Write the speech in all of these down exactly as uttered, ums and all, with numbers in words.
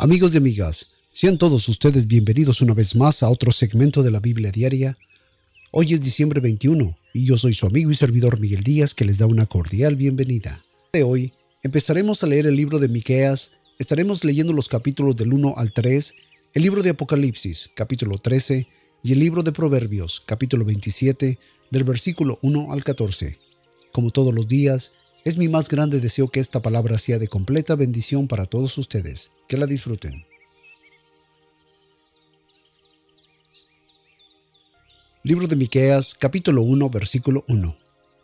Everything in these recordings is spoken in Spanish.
Amigos y amigas, sean todos ustedes bienvenidos una vez más a otro segmento de la Biblia Diaria. Hoy es diciembre veintiuno y yo soy su amigo y servidor Miguel Díaz, que les da una cordial bienvenida. De hoy empezaremos a leer el libro de Miqueas, estaremos leyendo los capítulos del uno al tres, el libro de Apocalipsis, capítulo trece, y el libro de Proverbios, capítulo veintisiete, del versículo uno al catorce. Como todos los días, es mi más grande deseo que esta palabra sea de completa bendición para todos ustedes. Que la disfruten. Libro de Miqueas, capítulo uno, versículo uno.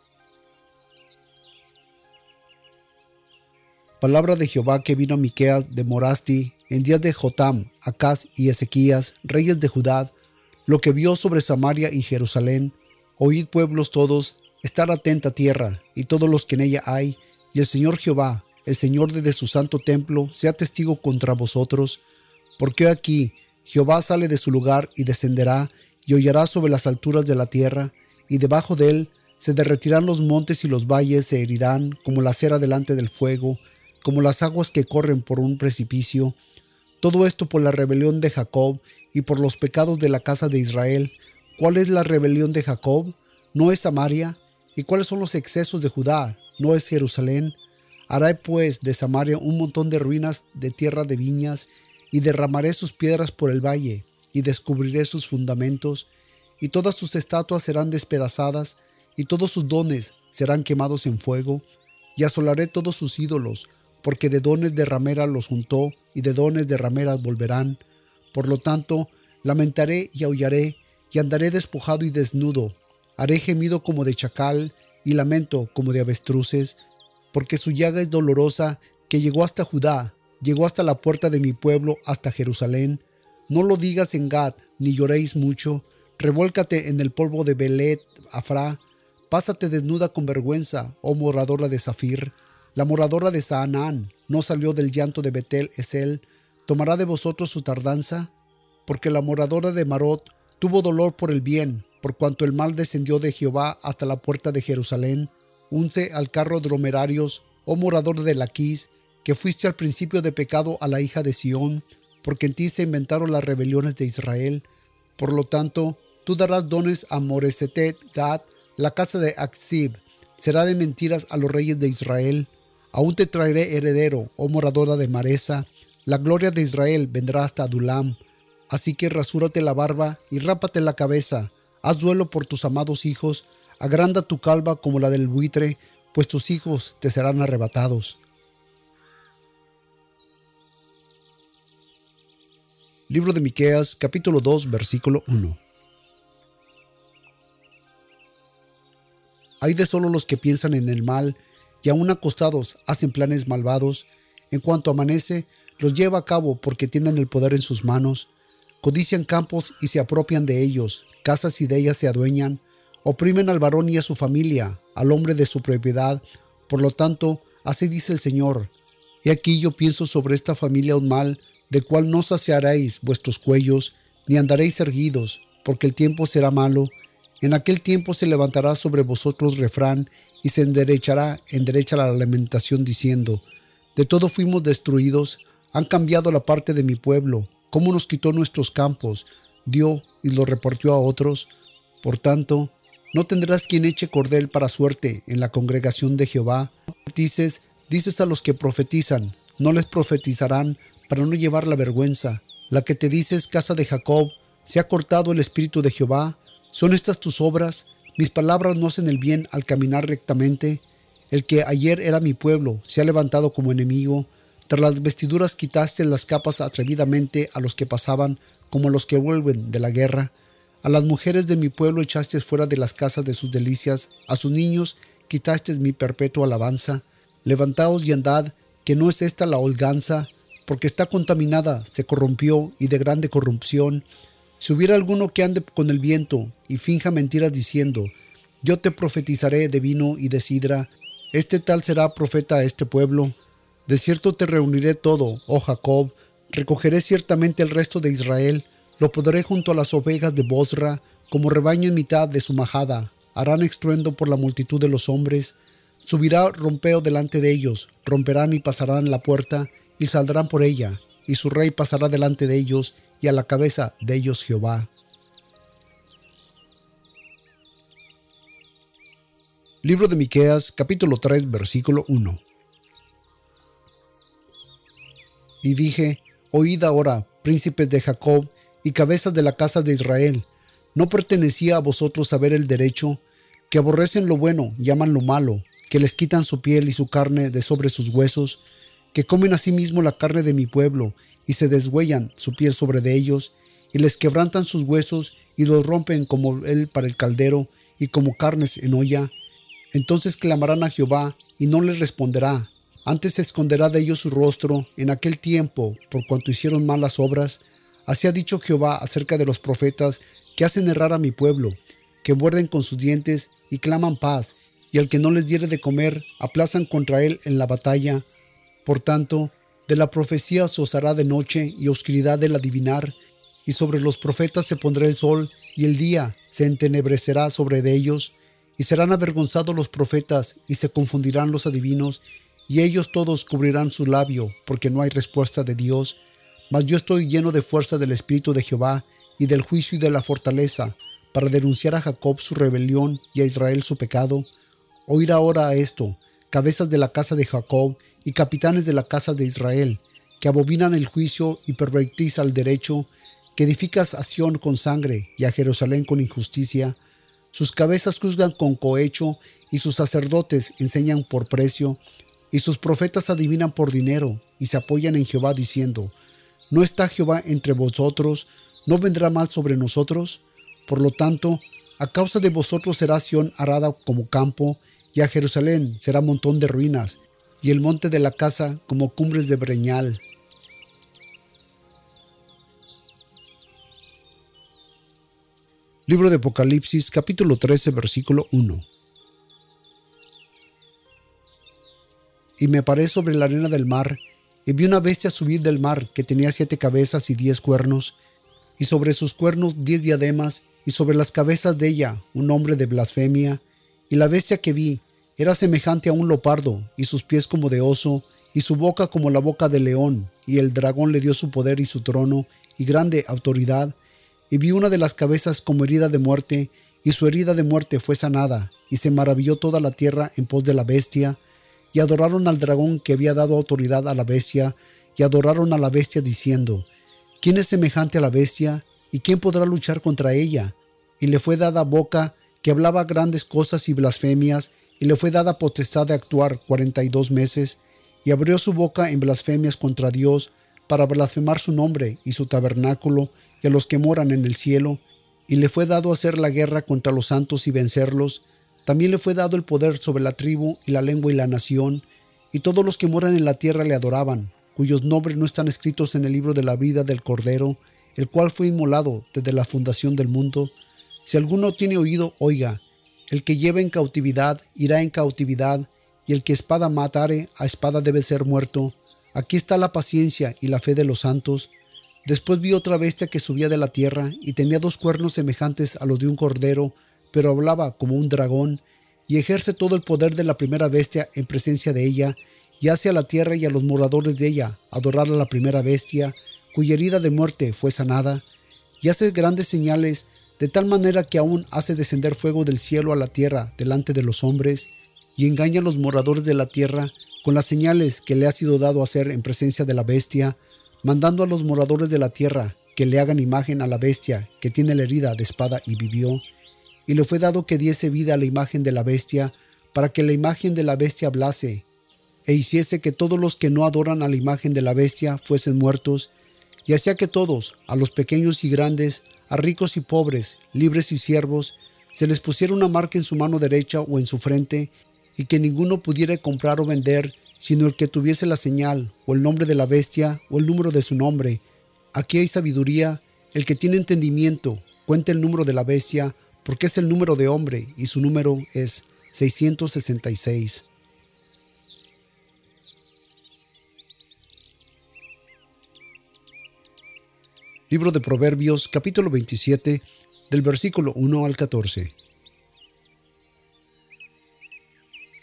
Palabra de Jehová que vino a Miqueas de Morasti en días de Jotam, Acaz y Ezequías, reyes de Judá, lo que vio sobre Samaria y Jerusalén. Oíd, pueblos todos, estar atenta tierra, y todos los que en ella hay, y el Señor Jehová, el Señor desde su santo templo, sea testigo contra vosotros, porque aquí Jehová sale de su lugar y descenderá, y hollará sobre las alturas de la tierra, y debajo de él se derretirán los montes y los valles se herirán como la cera delante del fuego, como las aguas que corren por un precipicio. Todo esto por la rebelión de Jacob y por los pecados de la casa de Israel. ¿Cuál es la rebelión de Jacob? ¿No es Samaria? ¿Y cuáles son los excesos de Judá? ¿No es Jerusalén? Haré pues de Samaria un montón de ruinas de tierra de viñas, y derramaré sus piedras por el valle, y descubriré sus fundamentos, y todas sus estatuas serán despedazadas, y todos sus dones serán quemados en fuego, y asolaré todos sus ídolos, porque de dones de ramera los juntó, y de dones de rameras volverán. Por lo tanto, lamentaré y aullaré, y andaré despojado y desnudo. Haré gemido como de chacal, y lamento como de avestruces, porque su llaga es dolorosa, que llegó hasta Judá, llegó hasta la puerta de mi pueblo, hasta Jerusalén. No lo digas en Gad, ni lloréis mucho. Revuélcate en el polvo de Belet Afra. Pásate desnuda con vergüenza, oh moradora de Zafir. La moradora de Saanán no salió del llanto de Betel Esel. ¿Tomará de vosotros su tardanza? Porque la moradora de Marot tuvo dolor por el bien, por cuanto el mal descendió de Jehová hasta la puerta de Jerusalén. Unce al carro dromerarios, oh morador de Laquís, que fuiste al principio de pecado a la hija de Sión, porque en ti se inventaron las rebeliones de Israel. Por lo tanto, tú darás dones a Moresetet Gad, la casa de Aksib, será de mentiras a los reyes de Israel. Aún te traeré heredero, oh moradora de Maresa, la gloria de Israel vendrá hasta Adulam. Así que rasúrate la barba y rápate la cabeza, haz duelo por tus amados hijos, agranda tu calva como la del buitre, pues tus hijos te serán arrebatados. Libro de Miqueas, capítulo dos, versículo uno. Hay de solo los que piensan en el mal, y aún acostados hacen planes malvados. En cuanto amanece, los lleva a cabo porque tienen el poder en sus manos. Codician campos y se apropian de ellos, casas y de ellas se adueñan. Oprimen al varón y a su familia, al hombre de su propiedad. Por lo tanto, así dice el Señor: He aquí yo pienso sobre esta familia un mal, de cual no saciaréis vuestros cuellos, ni andaréis erguidos, porque el tiempo será malo. En aquel tiempo se levantará sobre vosotros refrán, y se enderechará en derecha la lamentación, diciendo: De todo fuimos destruidos, han cambiado la parte de mi pueblo. ¿Cómo nos quitó nuestros campos? Dio y los repartió a otros. Por tanto, no tendrás quien eche cordel para suerte en la congregación de Jehová. Dices, dices a los que profetizan, no les profetizarán para no llevar la vergüenza. La que te dices, casa de Jacob, ¿se ha cortado el espíritu de Jehová? ¿Son estas tus obras? Mis palabras no hacen el bien al caminar rectamente. El que ayer era mi pueblo se ha levantado como enemigo. Tras las vestiduras quitaste las capas atrevidamente a los que pasaban, como a los que vuelven de la guerra. A las mujeres de mi pueblo echaste fuera de las casas de sus delicias, a sus niños quitaste mi perpetua alabanza. Levantaos y andad, que no es esta la holganza, porque está contaminada, se corrompió y de grande corrupción. Si hubiera alguno que ande con el viento y finja mentiras diciendo: Yo te profetizaré de vino y de sidra, este tal será profeta a este pueblo. De cierto te reuniré todo, oh Jacob, recogeré ciertamente el resto de Israel, lo pondré junto a las ovejas de Bosra, como rebaño en mitad de su majada. Harán estruendo por la multitud de los hombres. Subirá rompeo delante de ellos, romperán y pasarán la puerta, y saldrán por ella, y su rey pasará delante de ellos, y a la cabeza de ellos Jehová. Libro de Miqueas, capítulo tres, versículo uno. Y dije: Oíd ahora, príncipes de Jacob y cabezas de la casa de Israel, ¿no pertenecía a vosotros saber el derecho? Que aborrecen lo bueno y aman lo malo, que les quitan su piel y su carne de sobre sus huesos, que comen asimismo la carne de mi pueblo, y se deshuellan su piel sobre de ellos, y les quebrantan sus huesos, y los rompen como él para el caldero, y como carnes en olla. Entonces clamarán a Jehová, y no les responderá. Antes se esconderá de ellos su rostro en aquel tiempo, por cuanto hicieron malas obras. Así ha dicho Jehová acerca de los profetas que hacen errar a mi pueblo, que muerden con sus dientes y claman paz, y al que no les diere de comer, aplazan contra él en la batalla. Por tanto, de la profecía se os hará de noche y oscuridad del adivinar, y sobre los profetas se pondrá el sol, y el día se entenebrecerá sobre de ellos, y serán avergonzados los profetas, y se confundirán los adivinos, y ellos todos cubrirán su labio, porque no hay respuesta de Dios. Mas yo estoy lleno de fuerza del Espíritu de Jehová, y del juicio y de la fortaleza, para denunciar a Jacob su rebelión y a Israel su pecado. Oíd ahora a esto, cabezas de la casa de Jacob y capitanes de la casa de Israel, que abominan el juicio y pervertís al derecho, que edificas a Sión con sangre y a Jerusalén con injusticia. Sus cabezas juzgan con cohecho, y sus sacerdotes enseñan por precio, y sus profetas adivinan por dinero, y se apoyan en Jehová diciendo: ¿No está Jehová entre vosotros? ¿No vendrá mal sobre nosotros? Por lo tanto, a causa de vosotros será Sión arada como campo, y a Jerusalén será montón de ruinas, y el monte de la casa como cumbres de breñal. Libro de Apocalipsis, capítulo trece, versículo uno. Y me paré sobre la arena del mar, y vi una bestia subir del mar, que tenía siete cabezas y diez cuernos, y sobre sus cuernos diez diademas, y sobre las cabezas de ella un nombre de blasfemia. Y la bestia que vi era semejante a un leopardo, y sus pies como de oso, y su boca como la boca de león, y el dragón le dio su poder y su trono, y grande autoridad. Y vi una de las cabezas como herida de muerte, y su herida de muerte fue sanada, y se maravilló toda la tierra en pos de la bestia, y adoraron al dragón que había dado autoridad a la bestia, y adoraron a la bestia diciendo: ¿Quién es semejante a la bestia? ¿Y quién podrá luchar contra ella? Y le fue dada boca que hablaba grandes cosas y blasfemias, y le fue dada potestad de actuar cuarenta y dos meses, y abrió su boca en blasfemias contra Dios, para blasfemar su nombre y su tabernáculo, y a los que moran en el cielo, y le fue dado hacer la guerra contra los santos y vencerlos. También le fue dado el poder sobre la tribu y la lengua y la nación, y todos los que moran en la tierra le adoraban, cuyos nombres no están escritos en el libro de la vida del Cordero, el cual fue inmolado desde la fundación del mundo. Si alguno tiene oído, oiga. El que lleva en cautividad irá en cautividad, y el que espada matare, a espada debe ser muerto. Aquí está la paciencia y la fe de los santos. Después vi otra bestia que subía de la tierra, y tenía dos cuernos semejantes a los de un cordero, pero hablaba como un dragón, y ejerce todo el poder de la primera bestia en presencia de ella, y hace a la tierra y a los moradores de ella adorar a la primera bestia, cuya herida de muerte fue sanada, y hace grandes señales, de tal manera que aún hace descender fuego del cielo a la tierra delante de los hombres, y engaña a los moradores de la tierra con las señales que le ha sido dado hacer en presencia de la bestia, mandando a los moradores de la tierra que le hagan imagen a la bestia que tiene la herida de espada y vivió. Y le fue dado que diese vida a la imagen de la bestia, para que la imagen de la bestia hablase, e hiciese que todos los que no adoran a la imagen de la bestia fuesen muertos, y hacía que todos, a los pequeños y grandes, a ricos y pobres, libres y siervos, se les pusiera una marca en su mano derecha o en su frente, y que ninguno pudiera comprar o vender, sino el que tuviese la señal, o el nombre de la bestia, o el número de su nombre. Aquí hay sabiduría. El que tiene entendimiento, cuenta el número de la bestia, porque es el número de hombre, y su número es seiscientos sesenta y seis. Libro de Proverbios, capítulo veintisiete, del versículo uno al catorce.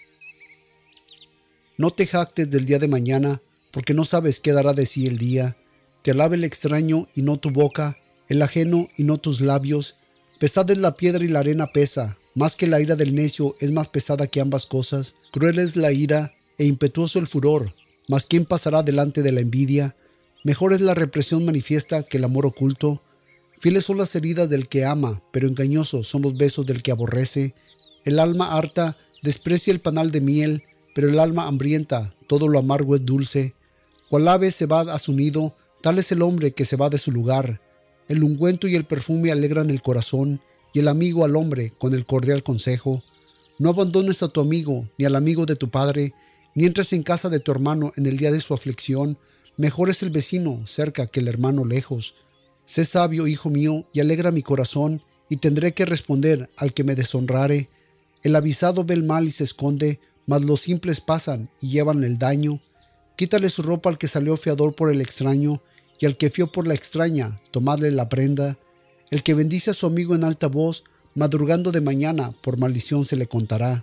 No te jactes del día de mañana, porque no sabes qué dará de sí el día. Te alabe el extraño y no tu boca, el ajeno y no tus labios. Pesada es la piedra y la arena pesa, más que la ira del necio es más pesada que ambas cosas. Cruel es la ira e impetuoso el furor, mas ¿quién pasará delante de la envidia? Mejor es la represión manifiesta que el amor oculto. Fieles son las heridas del que ama, pero engañosos son los besos del que aborrece. El alma harta desprecia el panal de miel, pero el alma hambrienta, todo lo amargo es dulce. Cual ave se va a su nido, tal es el hombre que se va de su lugar. El ungüento y el perfume alegran el corazón, y el amigo al hombre con el cordial consejo. No abandones a tu amigo, ni al amigo de tu padre, ni entres en casa de tu hermano en el día de su aflicción. Mejor es el vecino cerca que el hermano lejos. Sé sabio, hijo mío, y alegra mi corazón, y tendré que responder al que me deshonrare. El avisado ve el mal y se esconde, mas los simples pasan y llevan el daño. Quítale su ropa al que salió fiador por el extraño, y al que fió por la extraña, tomadle la prenda. El que bendice a su amigo en alta voz, madrugando de mañana, por maldición se le contará.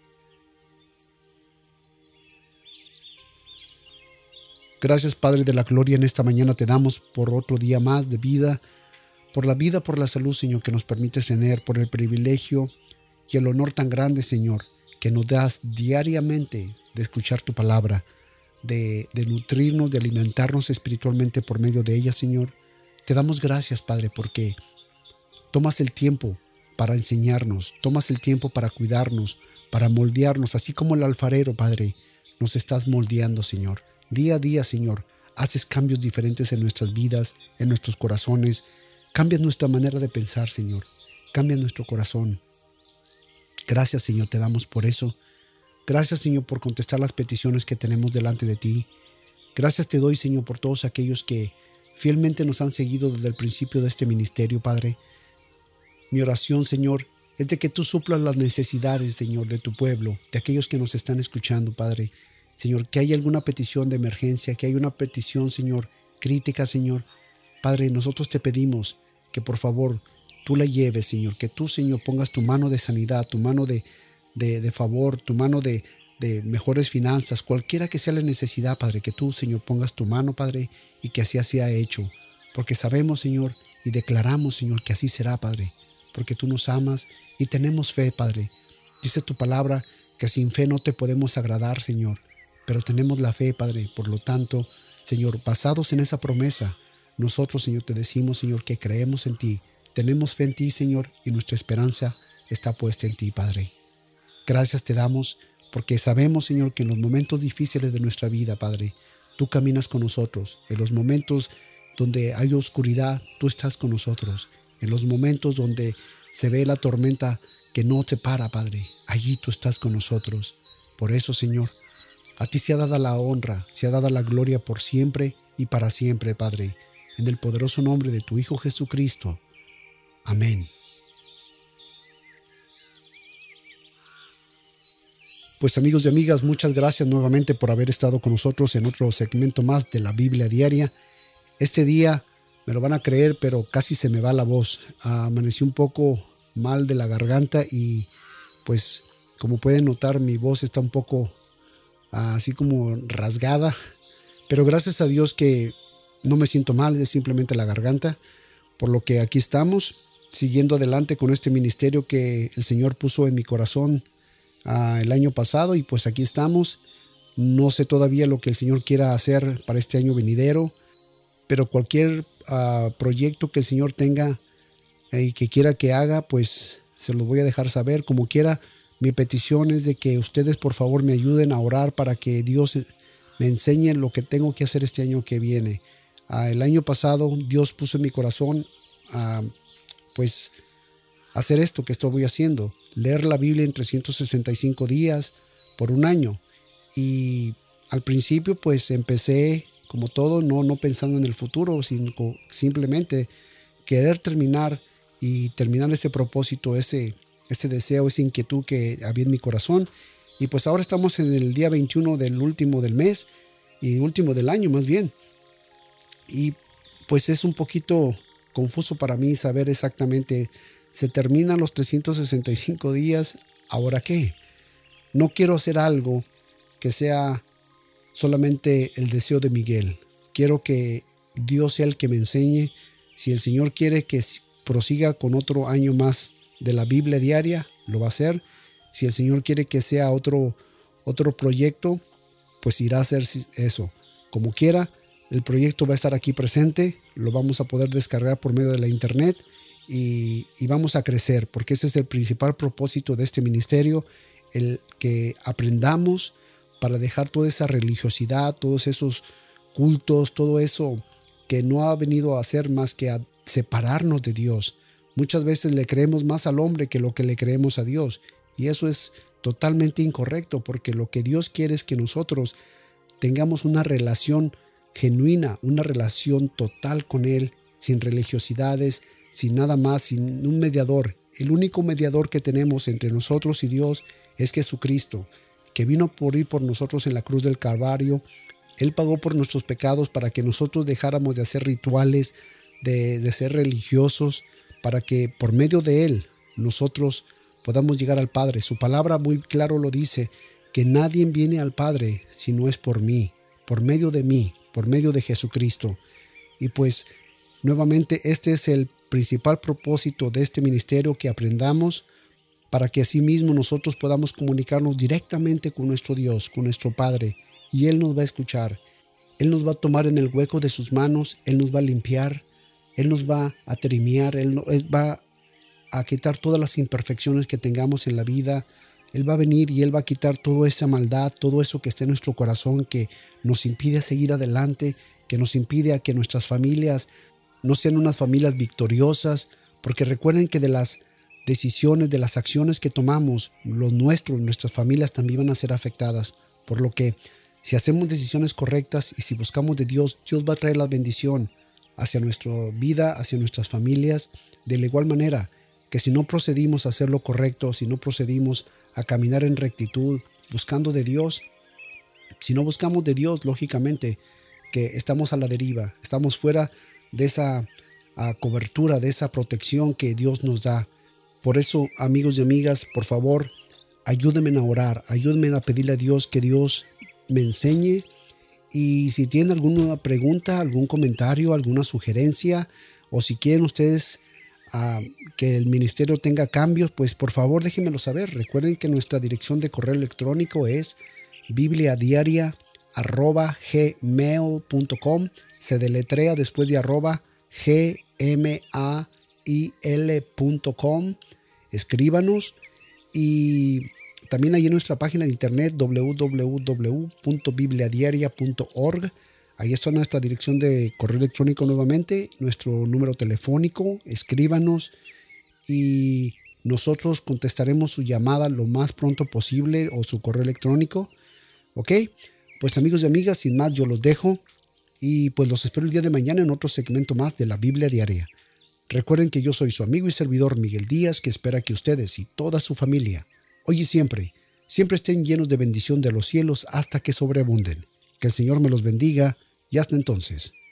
Gracias, Padre de la Gloria, en esta mañana te damos por otro día más de vida, por la vida, por la salud, Señor, que nos permites tener, por el privilegio y el honor tan grande, Señor, que nos das diariamente de escuchar tu palabra, de, de nutrirnos, de alimentarnos espiritualmente por medio de ella, Señor. Te damos gracias, Padre, porque tomas el tiempo para enseñarnos, tomas el tiempo para cuidarnos, para moldearnos, así como el alfarero, Padre, nos estás moldeando, Señor. Día a día, Señor, haces cambios diferentes en nuestras vidas, en nuestros corazones. Cambias nuestra manera de pensar, Señor. Cambia nuestro corazón. Gracias, Señor, te damos por eso. Gracias, Señor, por contestar las peticiones que tenemos delante de ti. Gracias te doy, Señor, por todos aquellos que fielmente nos han seguido desde el principio de este ministerio, Padre. Mi oración, Señor, es de que tú suplas las necesidades, Señor, de tu pueblo, de aquellos que nos están escuchando, Padre. Señor, que haya alguna petición de emergencia, que haya una petición, Señor, crítica, Señor. Padre, nosotros te pedimos que por favor tú la lleves, Señor, que tú, Señor, pongas tu mano de sanidad, tu mano de, de, de favor, tu mano de, de mejores finanzas, cualquiera que sea la necesidad, Padre, que tú, Señor, pongas tu mano, Padre, y que así sea hecho. Porque sabemos, Señor, y declaramos, Señor, que así será, Padre, porque tú nos amas y tenemos fe, Padre. Dice tu palabra que sin fe no te podemos agradar, Señor. Pero tenemos la fe, Padre. Por lo tanto, Señor, basados en esa promesa, nosotros, Señor, te decimos, Señor, que creemos en ti. Tenemos fe en ti, Señor, y nuestra esperanza está puesta en ti, Padre. Gracias te damos porque sabemos, Señor, que en los momentos difíciles de nuestra vida, Padre, tú caminas con nosotros. En los momentos donde hay oscuridad, tú estás con nosotros. En los momentos donde se ve la tormenta que no te para, Padre, allí tú estás con nosotros. Por eso, Señor, a ti se ha dado la honra, se ha dado la gloria por siempre y para siempre, Padre, en el poderoso nombre de tu Hijo Jesucristo. Amén. Pues amigos y amigas, muchas gracias nuevamente por haber estado con nosotros en otro segmento más de la Biblia Diaria. Este día, me lo van a creer, pero casi se me va la voz. Amanecí un poco mal de la garganta y pues como pueden notar mi voz está un poco así como rasgada, pero gracias a Dios que no me siento mal, es simplemente la garganta, por lo que aquí estamos, siguiendo adelante con este ministerio que el Señor puso en mi corazón uh, el año pasado, y pues aquí estamos. No sé todavía lo que el Señor quiera hacer para este año venidero, pero cualquier uh, proyecto que el Señor tenga eh, y que quiera que haga, pues se lo voy a dejar saber como quiera. Mi petición es de que ustedes por favor me ayuden a orar para que Dios me enseñe lo que tengo que hacer este año que viene. Uh, el año pasado Dios puso en mi corazón uh, pues hacer esto que estoy haciendo, leer la Biblia en trescientos sesenta y cinco días por un año. Y al principio pues empecé como todo, no, no pensando en el futuro, sino simplemente querer terminar y terminar ese propósito, ese ese deseo, esa inquietud que había en mi corazón. Y pues ahora estamos en el día veintiuno del último del mes y último del año más bien. Y pues es un poquito confuso para mí saber exactamente, se terminan los trescientos sesenta y cinco días, ¿ahora qué? No quiero hacer algo que sea solamente el deseo de Miguel. Quiero que Dios sea el que me enseñe. Si el Señor quiere que prosiga con otro año más de la Biblia diaria, lo va a hacer. Si el Señor quiere que sea otro, otro proyecto, pues irá a hacer eso. Como quiera, el proyecto va a estar aquí presente, lo vamos a poder descargar por medio de la internet y, y vamos a crecer, porque ese es el principal propósito de este ministerio, el que aprendamos para dejar toda esa religiosidad, todos esos cultos, todo eso que no ha venido a hacer más que a separarnos de Dios. Muchas veces le creemos más al hombre que lo que le creemos a Dios, y eso es totalmente incorrecto, porque lo que Dios quiere es que nosotros tengamos una relación genuina, una relación total con Él, sin religiosidades, sin nada más, sin un mediador. El único mediador que tenemos entre nosotros y Dios es Jesucristo, que vino por ir por nosotros en la cruz del Calvario. Él pagó por nuestros pecados para que nosotros dejáramos de hacer rituales, de, de ser religiosos, para que por medio de Él nosotros podamos llegar al Padre. Su palabra muy claro lo dice, que nadie viene al Padre si no es por mí, por medio de mí, por medio de Jesucristo. Y pues nuevamente este es el principal propósito de este ministerio, que aprendamos para que así mismo nosotros podamos comunicarnos directamente con nuestro Dios, con nuestro Padre, y Él nos va a escuchar. Él nos va a tomar en el hueco de sus manos, Él nos va a limpiar, Él nos va a terimiar, Él, Él va a quitar todas las imperfecciones que tengamos en la vida. Él va a venir y Él va a quitar toda esa maldad, todo eso que está en nuestro corazón, que nos impide seguir adelante, que nos impide a que nuestras familias no sean unas familias victoriosas, porque recuerden que de las decisiones, de las acciones que tomamos, los nuestros, nuestras familias también van a ser afectadas. Por lo que si hacemos decisiones correctas y si buscamos de Dios, Dios va a traer la bendición hacia nuestra vida, hacia nuestras familias. De la igual manera que si no procedimos a hacer lo correcto, si no procedimos a caminar en rectitud, buscando de Dios, si no buscamos de Dios, lógicamente que estamos a la deriva, estamos fuera de esa uh, cobertura, de esa protección que Dios nos da. Por eso, amigos y amigas, por favor, ayúdenme a orar, ayúdenme a pedirle a Dios que Dios me enseñe. Y si tienen alguna pregunta, algún comentario, alguna sugerencia, o si quieren ustedes Uh, que el ministerio tenga cambios, pues por favor déjenmelo saber. Recuerden que nuestra dirección de correo electrónico es bibliadiaria arroba gmail punto com. Se deletrea después de arroba gmail punto com. Escríbanos, y también ahí en nuestra página de internet w w w punto bibliadiaria punto org. Ahí está nuestra dirección de correo electrónico nuevamente, nuestro número telefónico. Escríbanos y nosotros contestaremos su llamada lo más pronto posible, o su correo electrónico. Ok, pues amigos y amigas, sin más yo los dejo y pues los espero el día de mañana en otro segmento más de la Biblia Diaria. Recuerden que yo soy su amigo y servidor Miguel Díaz, que espera que ustedes y toda su familia, hoy y siempre, siempre estén llenos de bendición de los cielos hasta que sobreabunden. Que el Señor me los bendiga. Y hasta entonces.